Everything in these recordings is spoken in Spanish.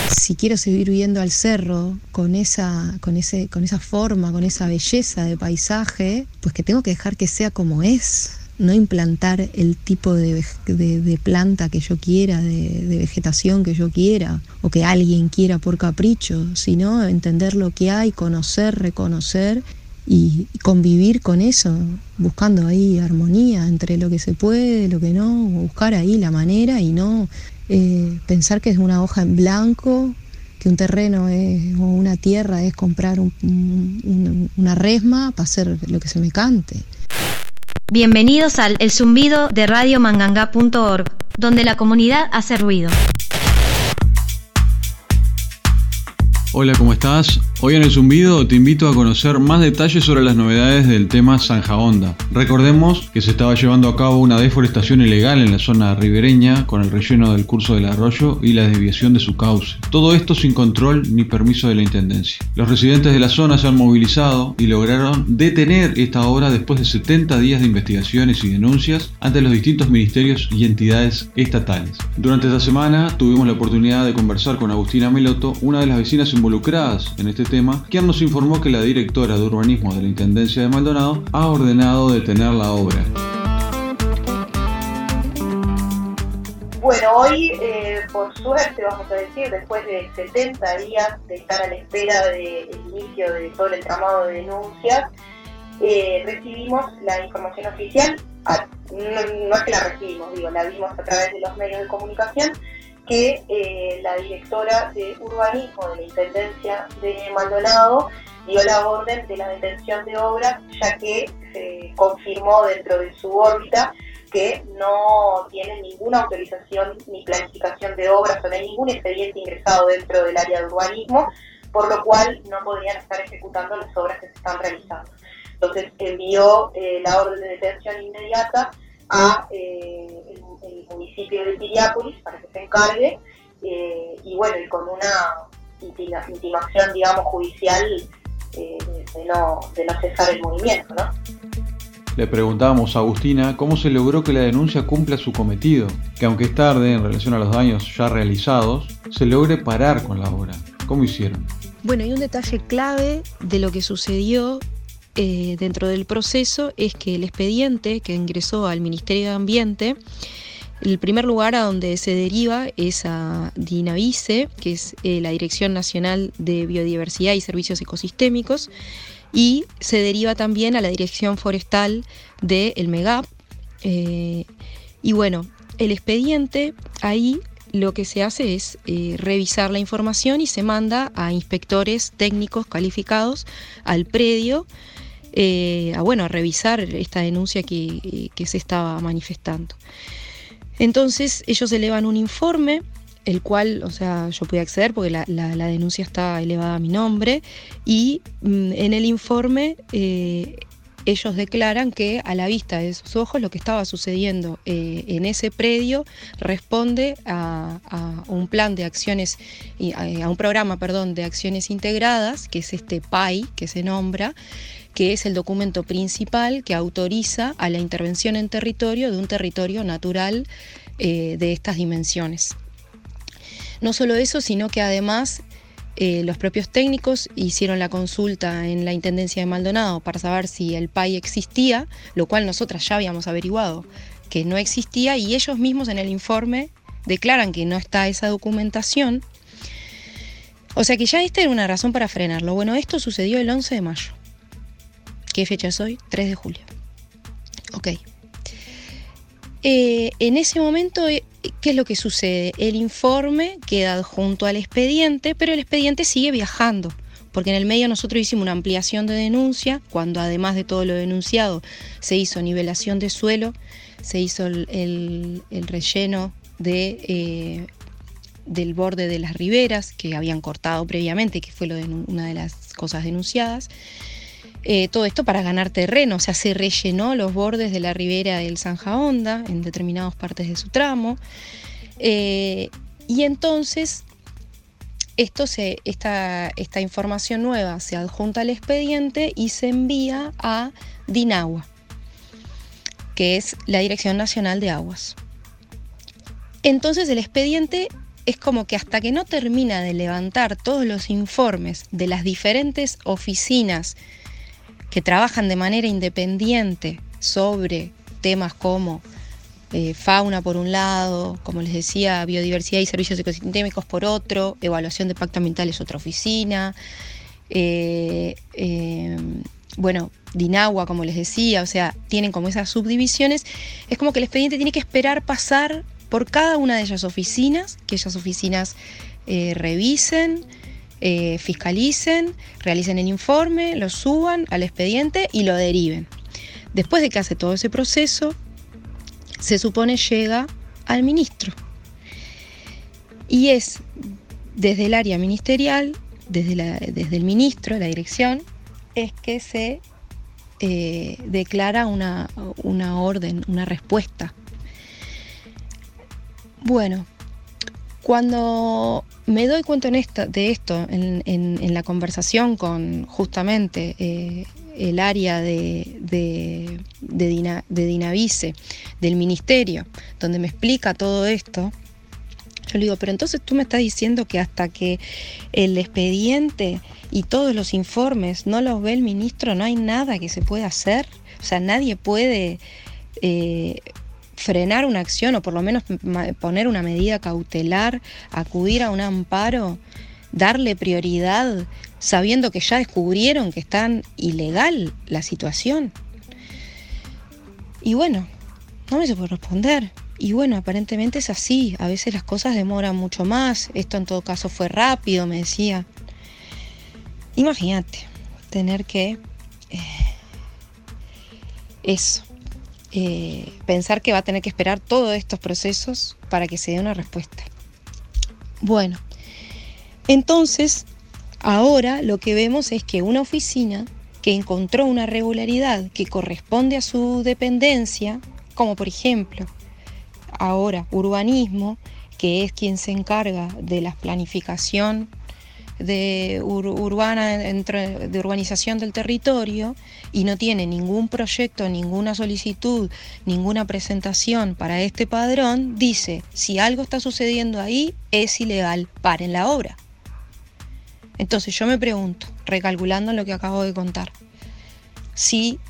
Si quiero seguir viviendo al cerro con esa forma, con esa belleza de paisaje, pues que tengo que dejar que sea como es. No implantar el tipo de planta que yo quiera, de vegetación que yo quiera, o que alguien quiera por capricho, sino entender lo que hay, conocer, reconocer y convivir con eso, buscando ahí armonía entre lo que se puede, lo que no, buscar ahí la manera y no pensar que es una hoja en blanco, que un terreno o una tierra es comprar una resma para hacer lo que se me cante. Bienvenidos al El Zumbido de radiomanganga.org, donde la comunidad hace ruido. Hola, ¿cómo estás? Hoy en El Zumbido te invito a conocer más detalles sobre las novedades del tema Zanja Honda. Recordemos que se estaba llevando a cabo una deforestación ilegal en la zona ribereña con el relleno del curso del arroyo y la desviación de su cauce. Todo esto sin control ni permiso de la Intendencia. Los residentes de la zona se han movilizado y lograron detener esta obra después de 70 días de investigaciones y denuncias ante los distintos ministerios y entidades estatales. Durante esta semana tuvimos la oportunidad de conversar con Agustina Meloto, una de las vecinas involucradas en este tema, quien nos informó que la directora de urbanismo de la Intendencia de Maldonado ha ordenado detener la obra. Bueno, hoy, por suerte, vamos a decir, después de 70 días de estar a la espera del inicio de todo el entramado de denuncias, recibimos la información oficial, no es que la recibimos, la vimos a través de los medios de comunicación, que la directora de urbanismo de la Intendencia de Maldonado dio la orden de la detención de obras, ya que se confirmó dentro de su órbita que no tiene ninguna autorización ni planificación de obras, o no hay ningún expediente ingresado dentro del área de urbanismo, por lo cual no podrían estar ejecutando las obras que se están realizando. Entonces envió la orden de detención inmediata a el municipio de Piriápolis para que se encargue y con una intimación, judicial de no cesar el movimiento, ¿no? Le preguntábamos a Agustina cómo se logró que la denuncia cumpla su cometido, que aunque es tarde en relación a los daños ya realizados, se logre parar con la obra. ¿Cómo hicieron? Bueno, y un detalle clave de lo que sucedió dentro del proceso es que el expediente que ingresó al Ministerio de Ambiente, el primer lugar a donde se deriva es a DINAVICE, que es la Dirección Nacional de Biodiversidad y Servicios Ecosistémicos, y se deriva también a la Dirección Forestal del MEGAP. El expediente ahí lo que se hace es revisar la información y se manda a inspectores técnicos calificados al predio a revisar esta denuncia que se estaba manifestando. Entonces ellos elevan un informe, el cual, yo pude acceder porque la denuncia está elevada a mi nombre, y en el informe ellos declaran que a la vista de sus ojos lo que estaba sucediendo en ese predio responde a un plan de acciones, a un programa, de acciones integradas, que es este PAI que se nombra, que es el documento principal que autoriza a la intervención en territorio de un territorio natural de estas dimensiones. No solo eso, sino que además los propios técnicos hicieron la consulta en la Intendencia de Maldonado para saber si el PAI existía, lo cual nosotras ya habíamos averiguado que no existía, y ellos mismos en el informe declaran que no está esa documentación. O sea que ya esta era una razón para frenarlo. Bueno, esto sucedió el 11 de mayo. ¿Qué fecha es hoy? 3 de julio. Ok. En ese momento, ¿qué es lo que sucede? El informe queda adjunto al expediente, pero el expediente sigue viajando, porque en el medio nosotros hicimos una ampliación de denuncia, cuando además de todo lo denunciado se hizo nivelación de suelo, se hizo el relleno del borde de las riberas que habían cortado previamente, que fue una de las cosas denunciadas. Todo esto para ganar terreno, o sea, se rellenó los bordes de la ribera del Zanja Honda en determinadas partes de su tramo, y entonces esta información nueva se adjunta al expediente y se envía a DINAGUA, que es la Dirección Nacional de Aguas. Entonces el expediente es como que hasta que no termina de levantar todos los informes de las diferentes oficinas que trabajan de manera independiente sobre temas como fauna por un lado, como les decía, biodiversidad y servicios ecosistémicos por otro, evaluación de impacto ambiental es otra oficina, DINAGUA, como les decía, o sea, tienen como esas subdivisiones. Es como que el expediente tiene que esperar pasar por cada una de esas oficinas, que esas oficinas revisen, fiscalicen, realicen el informe, lo suban al expediente y lo deriven. Después de que hace todo ese proceso, se supone llega al ministro. Y es desde el área ministerial, desde el ministro, la dirección, es que se declara una orden, una respuesta. Bueno, cuando me doy cuenta de esto en la conversación con justamente el área de Dinavice, del ministerio, donde me explica todo esto, yo le digo, pero entonces tú me estás diciendo que hasta que el expediente y todos los informes no los ve el ministro, no hay nada que se pueda hacer. O sea, nadie puede frenar una acción o por lo menos poner una medida cautelar, acudir a un amparo, darle prioridad, sabiendo que ya descubrieron que es tan ilegal la situación. Y bueno, no me se puede responder. Y bueno, aparentemente es así, a veces las cosas demoran mucho más, esto en todo caso fue rápido, me decía. Imagínate, tener que pensar que va a tener que esperar todos estos procesos para que se dé una respuesta. Bueno, entonces, ahora lo que vemos es que una oficina que encontró una irregularidad que corresponde a su dependencia, como por ejemplo, ahora urbanismo, que es quien se encarga de la planificación de urbanización del territorio y no tiene ningún proyecto, ninguna solicitud, ninguna presentación para este padrón, dice, si algo está sucediendo ahí, es ilegal, paren la obra. Entonces yo me pregunto, recalculando lo que acabo de contar, si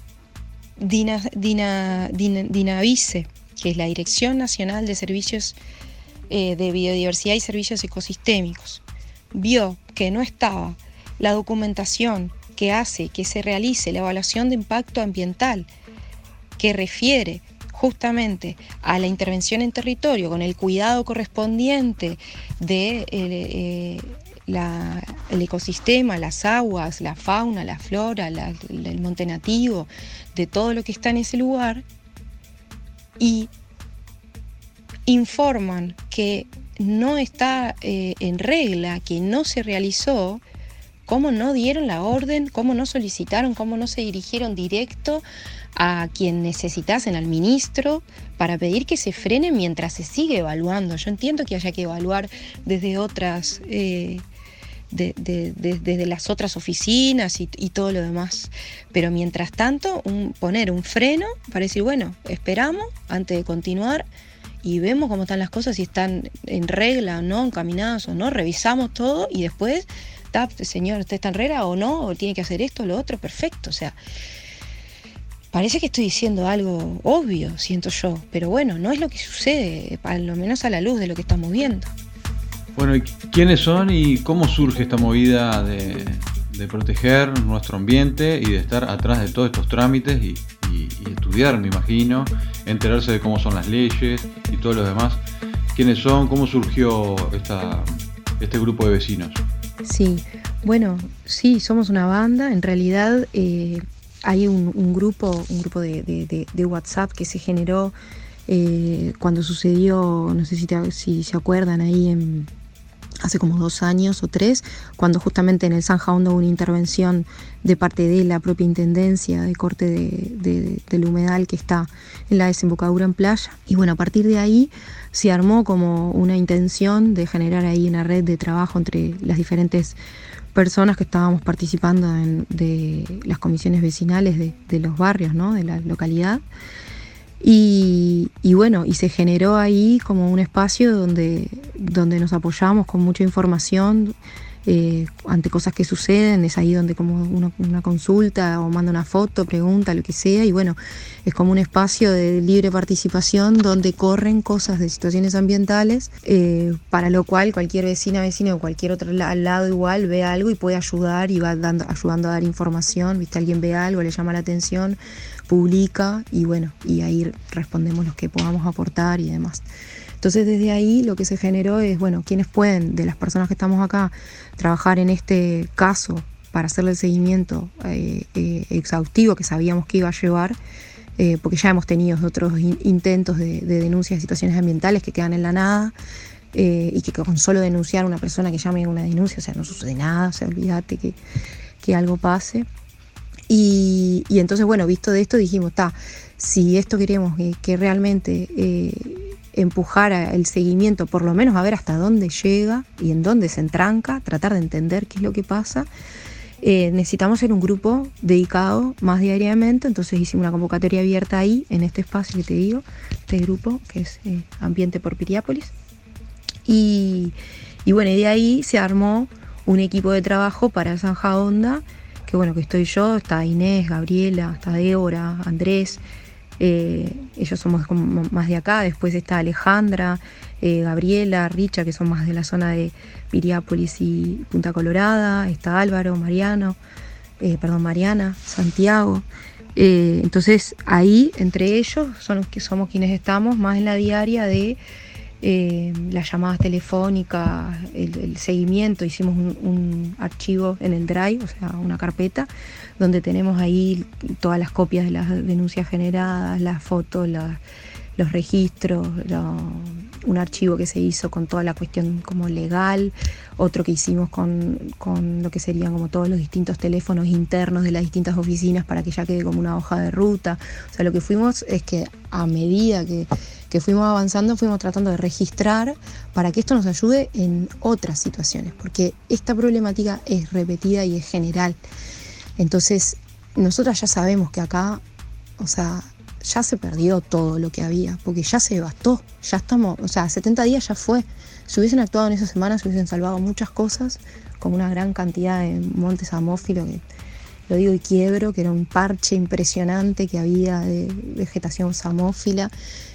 Dinavice, que es la Dirección Nacional de Servicios de Biodiversidad y Servicios Ecosistémicos, vio que no estaba la documentación que hace que se realice la evaluación de impacto ambiental, que refiere justamente a la intervención en territorio con el cuidado correspondiente de el ecosistema, las aguas, la fauna, la flora, el monte nativo, de todo lo que está en ese lugar, y informan que no está en regla, que no se realizó, cómo no dieron la orden, cómo no solicitaron, cómo no se dirigieron directo a quien necesitasen, al ministro, para pedir que se frene mientras se sigue evaluando. Yo entiendo que haya que evaluar desde otras, desde las otras oficinas y todo lo demás, pero mientras tanto poner un freno para decir, bueno, esperamos antes de continuar y vemos cómo están las cosas, si están en regla o no, encaminadas o no, revisamos todo y después, señor, ¿usted está en regla o no? ¿O tiene que hacer esto o lo otro? Perfecto, o sea, parece que estoy diciendo algo obvio, siento yo, pero bueno, no es lo que sucede, al menos a la luz de lo que estamos viendo. Bueno, ¿y quiénes son y cómo surge esta movida de proteger nuestro ambiente y de estar atrás de todos estos trámites y estudiar, me imagino, enterarse de cómo son las leyes y todo lo demás? ¿Quiénes son? ¿Cómo surgió este grupo de vecinos? Sí, bueno, sí, somos una banda. En realidad hay un grupo de WhatsApp que se generó cuando sucedió, no sé si se acuerdan, ahí hace como 2 años o 3, cuando justamente en el Zanja Honda hubo una intervención de parte de la propia intendencia de corte del humedal que está en la desembocadura en Playa. Y bueno, a partir de ahí se armó como una intención de generar ahí una red de trabajo entre las diferentes personas que estábamos participando de las comisiones vecinales de los barrios, ¿no?, de la localidad. Y bueno, y se generó ahí como un espacio donde nos apoyamos con mucha información ante cosas que suceden. Es ahí donde como una consulta o manda una foto, pregunta, lo que sea, y bueno, es como un espacio de libre participación donde corren cosas de situaciones ambientales, para lo cual cualquier vecino o cualquier otro al lado igual ve algo y puede ayudar y va ayudando a dar información. ¿Viste? Alguien ve algo, le llama la atención, publica y bueno, y ahí respondemos los que podamos aportar y demás. Entonces desde ahí lo que se generó es, bueno, quienes pueden, de las personas que estamos acá, trabajar en este caso para hacerle el seguimiento exhaustivo que sabíamos que iba a llevar, porque ya hemos tenido otros intentos de denuncias de situaciones ambientales que quedan en la nada, y que con solo denunciar a una persona que llame una denuncia, o sea, no sucede nada, o sea, olvídate que algo pase. Y entonces, bueno, visto de esto dijimos, si esto queremos que realmente empujara el seguimiento, por lo menos a ver hasta dónde llega y en dónde se entranca, tratar de entender qué es lo que pasa, necesitamos ser un grupo dedicado más diariamente. Entonces hicimos una convocatoria abierta ahí, en este espacio que te digo, este grupo que es Ambiente por Piriápolis. Y bueno, y de ahí se armó un equipo de trabajo para Zanja Honda, que bueno, que estoy yo, está Inés, Gabriela, está Débora, Andrés, ellos somos como más de acá. Después está Alejandra, Gabriela, Richa, que son más de la zona de Piriápolis y Punta Colorada. Está Álvaro, Mariana, Santiago. Entonces ahí, entre ellos, son los que somos quienes estamos más en la diaria de las llamadas telefónicas, el seguimiento. Hicimos un archivo en el Drive, o sea, una carpeta, donde tenemos ahí todas las copias de las denuncias generadas, las fotos, los registros, un archivo que se hizo con toda la cuestión como legal, otro que hicimos con lo que serían como todos los distintos teléfonos internos de las distintas oficinas para que ya quede como una hoja de ruta. O sea, lo que fuimos es que a medida que fuimos avanzando, fuimos tratando de registrar para que esto nos ayude en otras situaciones, porque esta problemática es repetida y es general. Entonces, nosotras ya sabemos que acá, o sea, ya se perdió todo lo que había, porque ya se devastó, ya estamos, o sea, 70 días ya fue. Si hubiesen actuado en esas semanas, se hubiesen salvado muchas cosas, como una gran cantidad de montes samófilos, que lo digo y quiebro, que era un parche impresionante que había de vegetación samófila,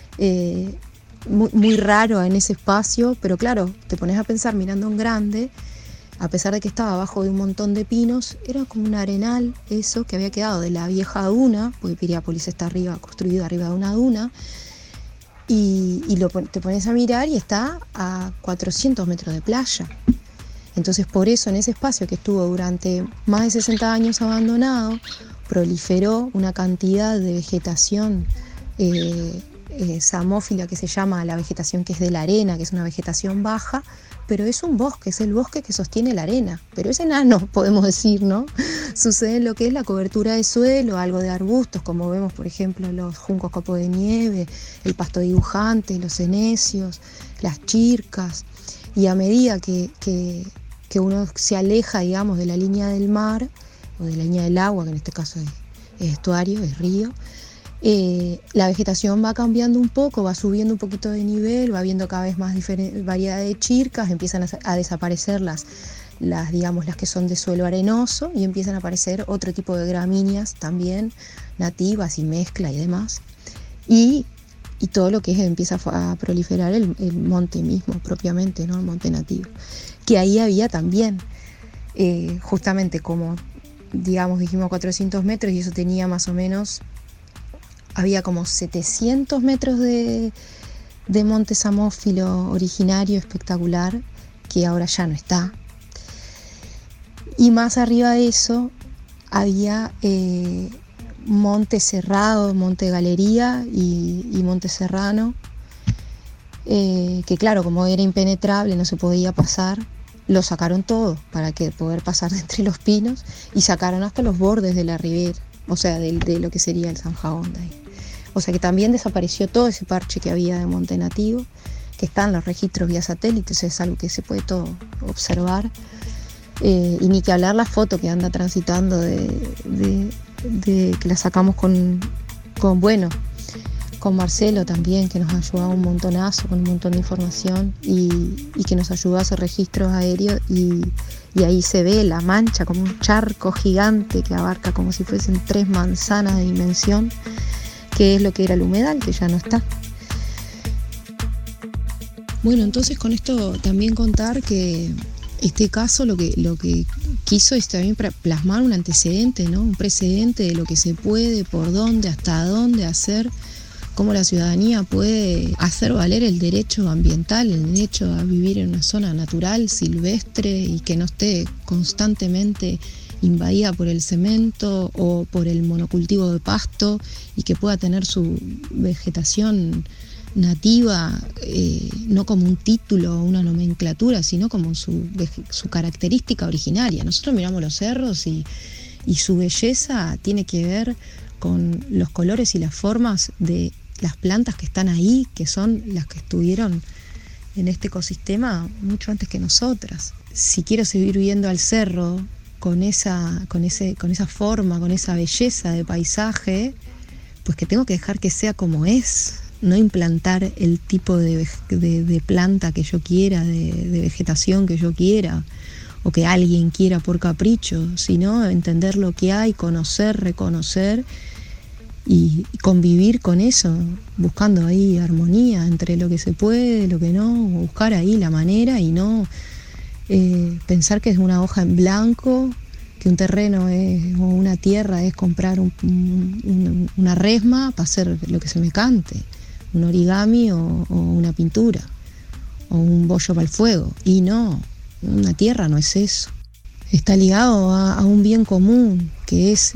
muy raro en ese espacio. Pero claro, te pones a pensar mirando en grande, a pesar de que estaba abajo de un montón de pinos, era como un arenal eso que había quedado de la vieja duna, porque Piriápolis está construido arriba de una duna, y te pones a mirar y está a 400 metros de playa. Entonces por eso en ese espacio que estuvo durante más de 60 años abandonado, proliferó una cantidad de vegetación samófila, que se llama la vegetación que es de la arena, que es una vegetación baja, pero es un bosque, es el bosque que sostiene la arena, pero es enano, podemos decir, ¿no? Sucede en lo que es la cobertura de suelo, algo de arbustos, como vemos, por ejemplo, los juncos copo de nieve, el pasto dibujante, los cenecios, las chircas. Y a medida que uno se aleja, digamos, de la línea del mar, o de la línea del agua, que en este caso es estuario, es río, la vegetación va cambiando un poco, va subiendo un poquito de nivel, va habiendo cada vez más variedad de chircas, empiezan a desaparecer las que son de suelo arenoso, y empiezan a aparecer otro tipo de gramíneas también nativas y mezcla y demás, y todo lo que empieza a proliferar el monte mismo propiamente, ¿no? El monte nativo, que ahí había también justamente como, digamos, dijimos 400 metros, y eso tenía más o menos, había como 700 metros de monte samófilo originario espectacular, que ahora ya no está. Y más arriba de eso había monte cerrado, monte galería y monte serrano, que claro, como era impenetrable, no se podía pasar, lo sacaron todo para poder pasar de entre los pinos, y sacaron hasta los bordes de la ribera, o sea, de lo que sería el Zanja Honda. O sea que también desapareció todo ese parche que había de monte nativo, que está en los registros vía satélite, es algo que se puede todo observar. Y ni que hablar la foto que anda transitando de que la sacamos con con Marcelo también, que nos ha ayudado un montonazo, con un montón de información y que nos ayudó a hacer registros aéreos y ahí se ve la mancha como un charco gigante que abarca como si fuesen 3 manzanas de dimensión, que es lo que era el humedal, que ya no está. Bueno, entonces con esto también contar que este caso lo que quiso es también plasmar un antecedente, ¿no? Un precedente de lo que se puede, por dónde, hasta dónde hacer, cómo la ciudadanía puede hacer valer el derecho ambiental, el derecho a vivir en una zona natural, silvestre y que no esté constantemente invadida por el cemento o por el monocultivo de pasto y que pueda tener su vegetación nativa, no como un título o una nomenclatura, sino como su característica originaria. Nosotros miramos los cerros y su belleza tiene que ver con los colores y las formas de las plantas que están ahí, que son las que estuvieron en este ecosistema mucho antes que nosotras. Si quiero seguir viviendo al cerro con esa forma, con esa belleza de paisaje, pues que tengo que dejar que sea como es, no implantar el tipo de planta que yo quiera, de vegetación que yo quiera, o que alguien quiera por capricho, sino entender lo que hay, conocer, reconocer y convivir con eso, buscando ahí armonía entre lo que se puede, lo que no, buscar ahí la manera y no pensar que es una hoja en blanco, que un terreno o una tierra es comprar una resma para hacer lo que se me cante, un origami o una pintura, o un bollo para el fuego. Y no, una tierra no es eso. Está ligado a un bien común, que es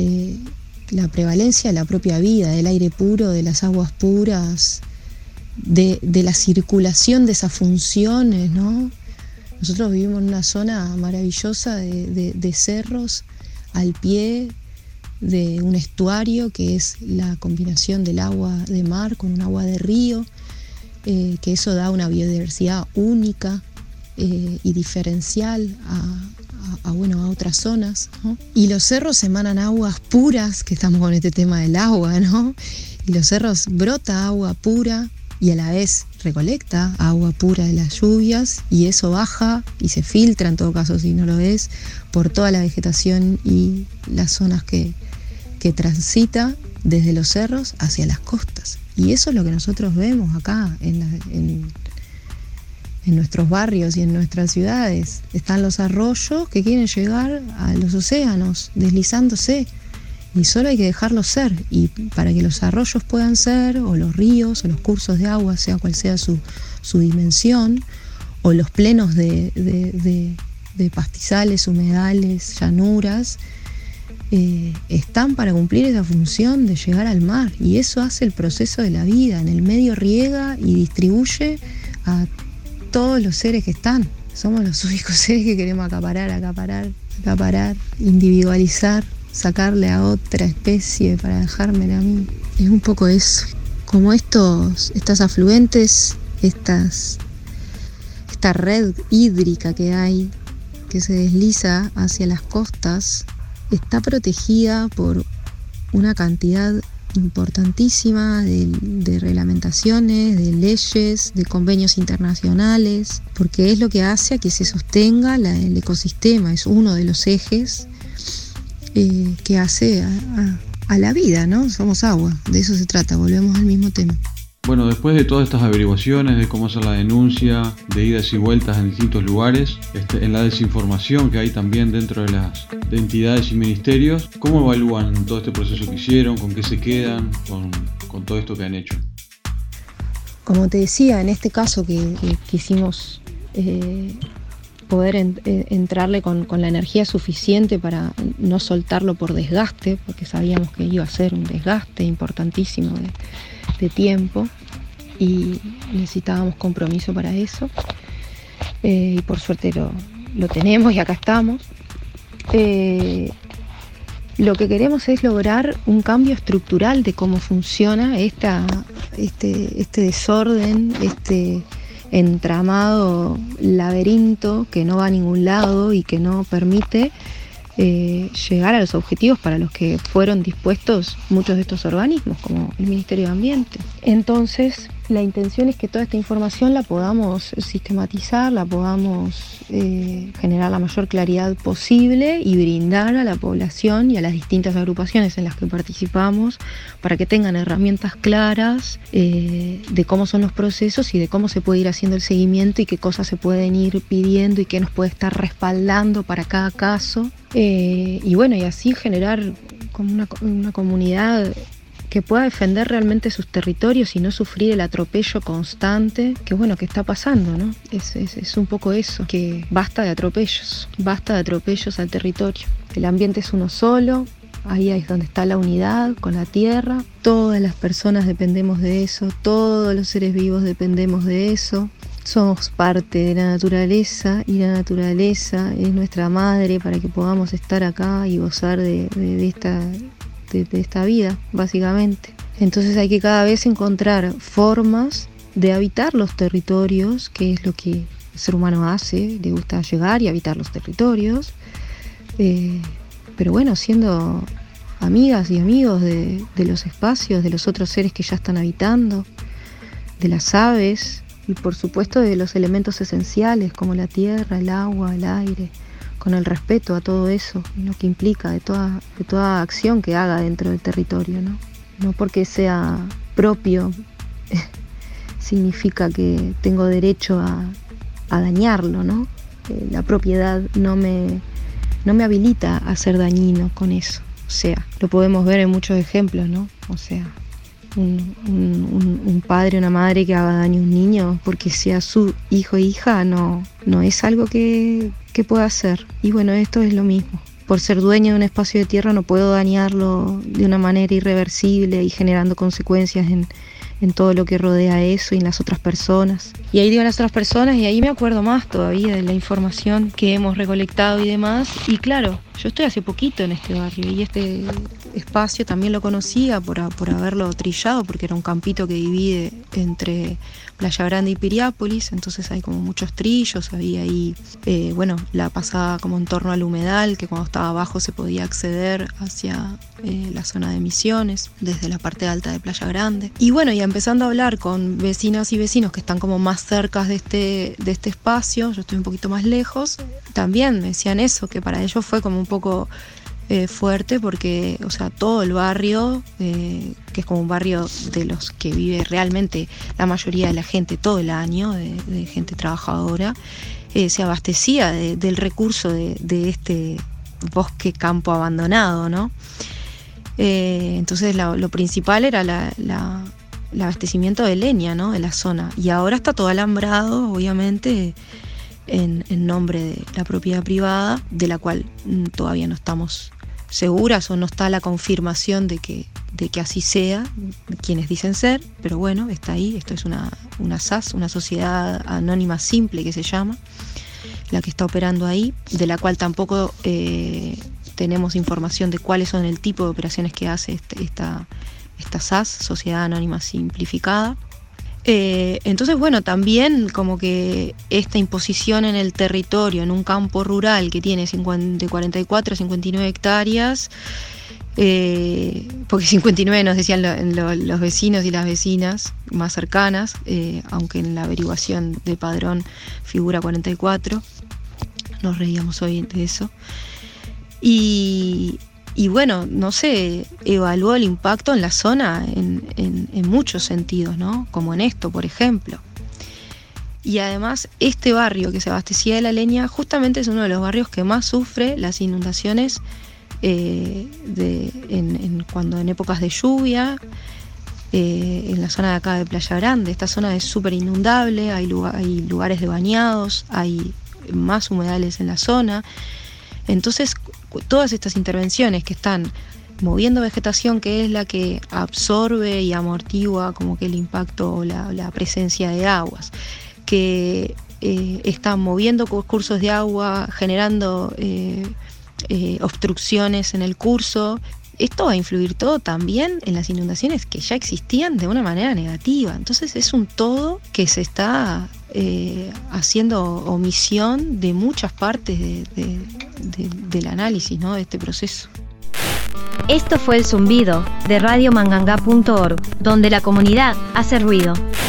la prevalencia de la propia vida, del aire puro, de las aguas puras, de la circulación de esas funciones, ¿no? Nosotros vivimos en una zona maravillosa de cerros al pie de un estuario, que es la combinación del agua de mar con un agua de río, que eso da una biodiversidad única y diferencial a otras zonas, ¿no? Y los cerros emanan aguas puras, que estamos con este tema del agua, ¿no? Y los cerros brota agua pura y a la vez recolecta agua pura de las lluvias, y eso baja y se filtra, en todo caso si no lo es, por toda la vegetación y las zonas que transita desde los cerros hacia las costas. Y eso es lo que nosotros vemos acá en nuestros barrios y en nuestras ciudades. Están los arroyos que quieren llegar a los océanos, deslizándose, y solo hay que dejarlos ser. Y para que los arroyos puedan ser, o los ríos, o los cursos de agua, sea cual sea su dimensión, o los plenos de pastizales, humedales, llanuras, están para cumplir esa función de llegar al mar. Y eso hace el proceso de la vida. En el medio riega y distribuye a todos los seres que están. Somos los únicos seres que queremos acaparar, individualizar, sacarle a otra especie para dejármela a mí. Es un poco eso. Como estas afluentes, esta red hídrica que hay, que se desliza hacia las costas, está protegida por una cantidad importantísima de reglamentaciones, de leyes, de convenios internacionales, porque es lo que hace a que se sostenga el ecosistema, es uno de los ejes que hace a la vida, ¿no? Somos agua, de eso se trata, volvemos al mismo tema. Bueno, después de todas estas averiguaciones, de cómo hacer la denuncia, de idas y vueltas en distintos lugares, en la desinformación que hay también dentro de las entidades y ministerios, ¿cómo evalúan todo este proceso que hicieron? ¿Con qué se quedan? ¿Con todo esto que han hecho? Como te decía, en este caso que quisimos poder entrarle con la energía suficiente para no soltarlo por desgaste, porque sabíamos que iba a ser un desgaste importantísimo de tiempo y necesitábamos compromiso para eso, y por suerte lo tenemos y acá estamos. Lo que queremos es lograr un cambio estructural de cómo funciona este desorden, este entramado laberinto que no va a ningún lado y que no permite llegar a los objetivos para los que fueron dispuestos muchos de estos organismos, como el Ministerio de Ambiente. Entonces, la intención es que toda esta información la podamos sistematizar, la podamos generar la mayor claridad posible y brindar a la población y a las distintas agrupaciones en las que participamos para que tengan herramientas claras de cómo son los procesos y de cómo se puede ir haciendo el seguimiento y qué cosas se pueden ir pidiendo y qué nos puede estar respaldando para cada caso. Y bueno, y así generar como una comunidad que pueda defender realmente sus territorios y no sufrir el atropello constante que bueno, que está pasando, ¿no? Es un poco eso, que basta de atropellos al territorio. El ambiente es uno solo, ahí es donde está la unidad con la tierra, todas las personas dependemos de eso, todos los seres vivos dependemos de eso. Somos parte de la naturaleza y la naturaleza es nuestra madre para que podamos estar acá y gozar de esta vida, básicamente. Entonces hay que cada vez encontrar formas de habitar los territorios, que es lo que el ser humano hace, le gusta llegar y habitar los territorios, pero bueno, siendo amigas y amigos de los espacios, de los otros seres que ya están habitando, de las aves y por supuesto de los elementos esenciales como la tierra, el agua, el aire, con el respeto a todo eso, lo que implica de toda acción que haga dentro del territorio, ¿no? No porque sea propio significa que tengo derecho a dañarlo, ¿no? La propiedad no me habilita a ser dañino con eso. O sea, lo podemos ver en muchos ejemplos, ¿no? O sea, un padre o una madre que haga daño a un niño porque sea su hijo o hija no es algo que pueda hacer. Y bueno, esto es lo mismo. Por ser dueño de un espacio de tierra no puedo dañarlo de una manera irreversible y generando consecuencias en todo lo que rodea eso y en las otras personas. Y ahí digo las otras personas y ahí me acuerdo más todavía de la información que hemos recolectado y demás. Y claro, yo estoy hace poquito en este barrio y este espacio también lo conocía por haberlo trillado, porque era un campito que divide entre Playa Grande y Piriápolis, entonces hay como muchos trillos, había ahí, la pasada como en torno al humedal, que cuando estaba abajo se podía acceder hacia la zona de Misiones, desde la parte alta de Playa Grande. Y bueno, y empezando a hablar con vecinas y vecinos que están como más cerca de este espacio, yo estoy un poquito más lejos, también me decían eso, que para ellos fue como un poco fuerte porque, o sea, todo el barrio, que es como un barrio de los que vive realmente la mayoría de la gente todo el año, de gente trabajadora, se abastecía del recurso de este bosque campo abandonado, ¿no? Entonces lo principal era el abastecimiento de leña, ¿no? De la zona, y ahora está todo alambrado, obviamente, en nombre de la propiedad privada, de la cual todavía no estamos seguras o no está la confirmación de que así sea, quienes dicen ser, pero bueno, está ahí. Esto es una SAS, una sociedad anónima simple que se llama, la que está operando ahí, de la cual tampoco tenemos información de cuáles son el tipo de operaciones que hace esta SAS, Sociedad Anónima Simplificada. Entonces, bueno, también como que esta imposición en el territorio, en un campo rural que tiene de 44 a 59 hectáreas, porque 59 nos decían los vecinos y las vecinas más cercanas, aunque en la averiguación de padrón figura 44, nos reíamos hoy de eso. Y bueno, no sé, evaluó el impacto en la zona en muchos sentidos, ¿no? Como en esto, por ejemplo. Y además, este barrio que se abastecía de la leña justamente es uno de los barrios que más sufre las inundaciones cuando en épocas de lluvia, en la zona de acá de Playa Grande. Esta zona es súper inundable, hay lugares de bañados, hay más humedales en la zona. Entonces, todas estas intervenciones que están moviendo vegetación, que es la que absorbe y amortigua como que el impacto o la presencia de aguas, que están moviendo cursos de agua, generando obstrucciones en el curso, esto va a influir todo también en las inundaciones que ya existían de una manera negativa. Entonces es un todo que se está haciendo omisión de muchas partes del análisis, ¿no? De este proceso. Esto fue El Zumbido de radiomanganga.org, donde la comunidad hace ruido.